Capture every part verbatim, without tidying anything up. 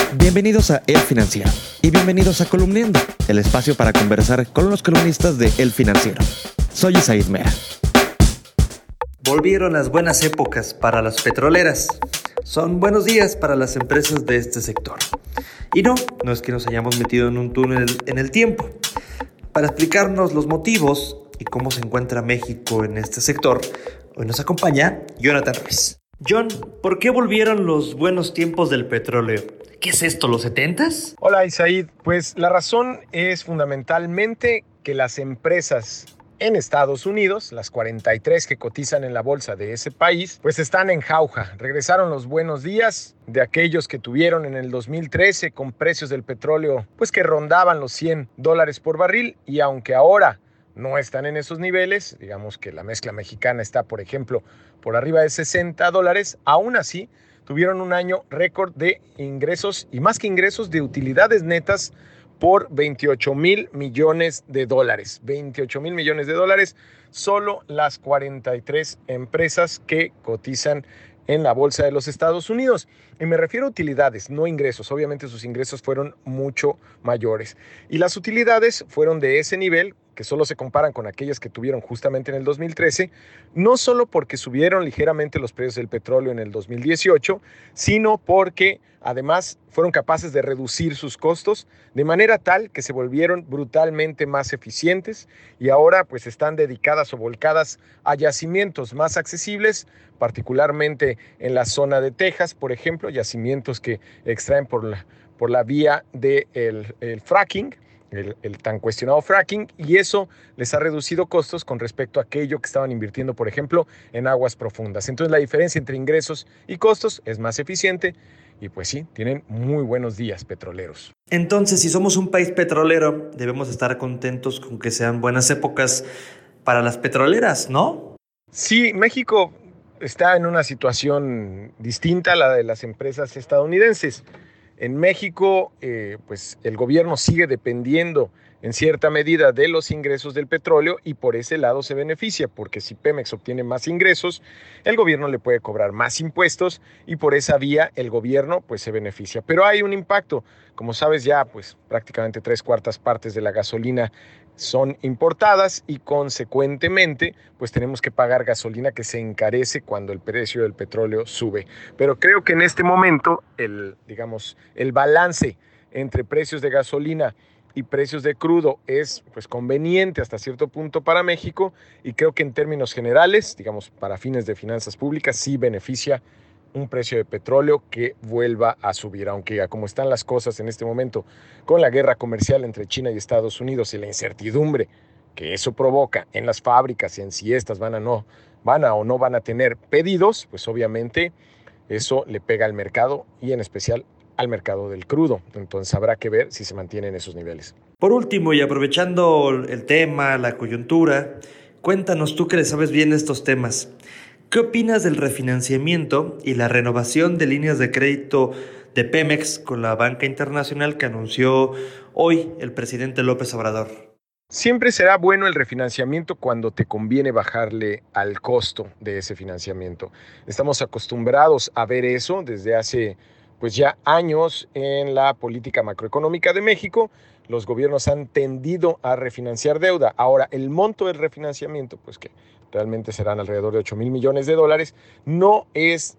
Bienvenidos a El Financiero y bienvenidos a Columniendo, el espacio para conversar con los columnistas de El Financiero. Soy Isaid Mera. Volvieron las buenas épocas para las petroleras. Son buenos días para las empresas de este sector. Y no, no es que nos hayamos metido en un túnel en el tiempo. Para explicarnos los motivos y cómo se encuentra México en este sector, hoy nos acompaña Jonathan Ruiz. John, ¿por qué volvieron los buenos tiempos del petróleo? ¿Qué es esto, los setentas? Hola Isaid, pues la razón es fundamentalmente que las empresas en Estados Unidos, las cuarenta y tres que cotizan en la bolsa de ese país, pues están en jauja. Regresaron los buenos días de aquellos que tuvieron en el dos mil trece con precios del petróleo pues que rondaban los cien dólares por barril, y aunque ahora no están en esos niveles, digamos que la mezcla mexicana está, por ejemplo, por arriba de sesenta dólares, aún así tuvieron un año récord de ingresos y más que ingresos de utilidades netas por veintiocho mil millones de dólares. veintiocho mil millones de dólares, solo las cuarenta y tres empresas que cotizan en la bolsa de los Estados Unidos. Y me refiero a utilidades, no ingresos. Obviamente sus ingresos fueron mucho mayores. Y las utilidades fueron de ese nivel, que solo se comparan con aquellas que tuvieron justamente en el dos mil trece, no solo porque subieron ligeramente los precios del petróleo en el dos mil dieciocho, sino porque además fueron capaces de reducir sus costos de manera tal que se volvieron brutalmente más eficientes y ahora pues están dedicadas o volcadas a yacimientos más accesibles, particularmente en la zona de Texas, por ejemplo, yacimientos que extraen por la, por la vía del el fracking, El, el tan cuestionado fracking, y eso les ha reducido costos con respecto a aquello que estaban invirtiendo, por ejemplo, en aguas profundas. Entonces la diferencia entre ingresos y costos es más eficiente y pues sí, tienen muy buenos días petroleros. Entonces, si somos un país petrolero, debemos estar contentos con que sean buenas épocas para las petroleras, ¿no? Sí, México está en una situación distinta a la de las empresas estadounidenses. En México, eh, pues el gobierno sigue dependiendo en cierta medida de los ingresos del petróleo y por ese lado se beneficia, porque si Pemex obtiene más ingresos, el gobierno le puede cobrar más impuestos y por esa vía el gobierno pues se beneficia. Pero hay un impacto, como sabes ya, pues prácticamente tres cuartas partes de la gasolina son importadas y consecuentemente pues tenemos que pagar gasolina que se encarece cuando el precio del petróleo sube. Pero creo que en este momento el, digamos, el balance entre precios de gasolina y precios de crudo es pues conveniente hasta cierto punto para México, y creo que en términos generales, digamos para fines de finanzas públicas, sí beneficia un precio de petróleo que vuelva a subir, aunque como están las cosas en este momento con la guerra comercial entre China y Estados Unidos y la incertidumbre que eso provoca en las fábricas y en si estas van a no van a o no van a tener pedidos, pues obviamente eso le pega al mercado y en especial al mercado del crudo. Entonces habrá que ver si se mantienen esos niveles. Por último, y aprovechando el tema, la coyuntura, cuéntanos tú que le sabes bien estos temas. ¿Qué opinas del refinanciamiento y la renovación de líneas de crédito de Pemex con la banca internacional que anunció hoy el presidente López Obrador? Siempre será bueno el refinanciamiento cuando te conviene bajarle al costo de ese financiamiento. Estamos acostumbrados a ver eso desde hace pues ya años en la política macroeconómica de México. Los gobiernos han tendido a refinanciar deuda. Ahora, el monto del refinanciamiento, pues que realmente serán alrededor de ocho mil millones de dólares, no es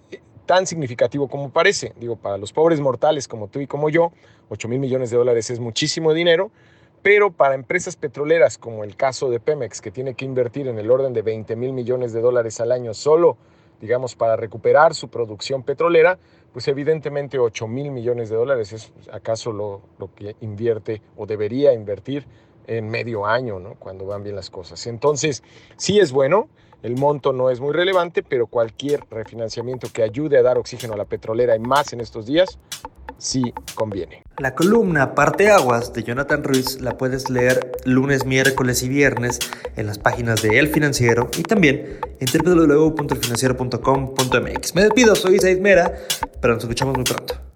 tan significativo como parece. Digo, para los pobres mortales como tú y como yo, ocho mil millones de dólares es muchísimo dinero, pero para empresas petroleras como el caso de Pemex, que tiene que invertir en el orden de veinte mil millones de dólares al año solo, digamos, para recuperar su producción petrolera, pues evidentemente ocho mil millones de dólares es acaso lo, lo que invierte o debería invertir en medio año, ¿no? Cuando van bien las cosas. Entonces, sí es bueno, el monto no es muy relevante, pero cualquier refinanciamiento que ayude a dar oxígeno a la petrolera y más en estos días, sí conviene. La columna Parteaguas de Jonathan Ruiz la puedes leer lunes, miércoles y viernes en las páginas de El Financiero y también en doble u doble u doble u punto el financiero punto com punto m x. Me despido, soy Isaid Mera, pero nos escuchamos muy pronto.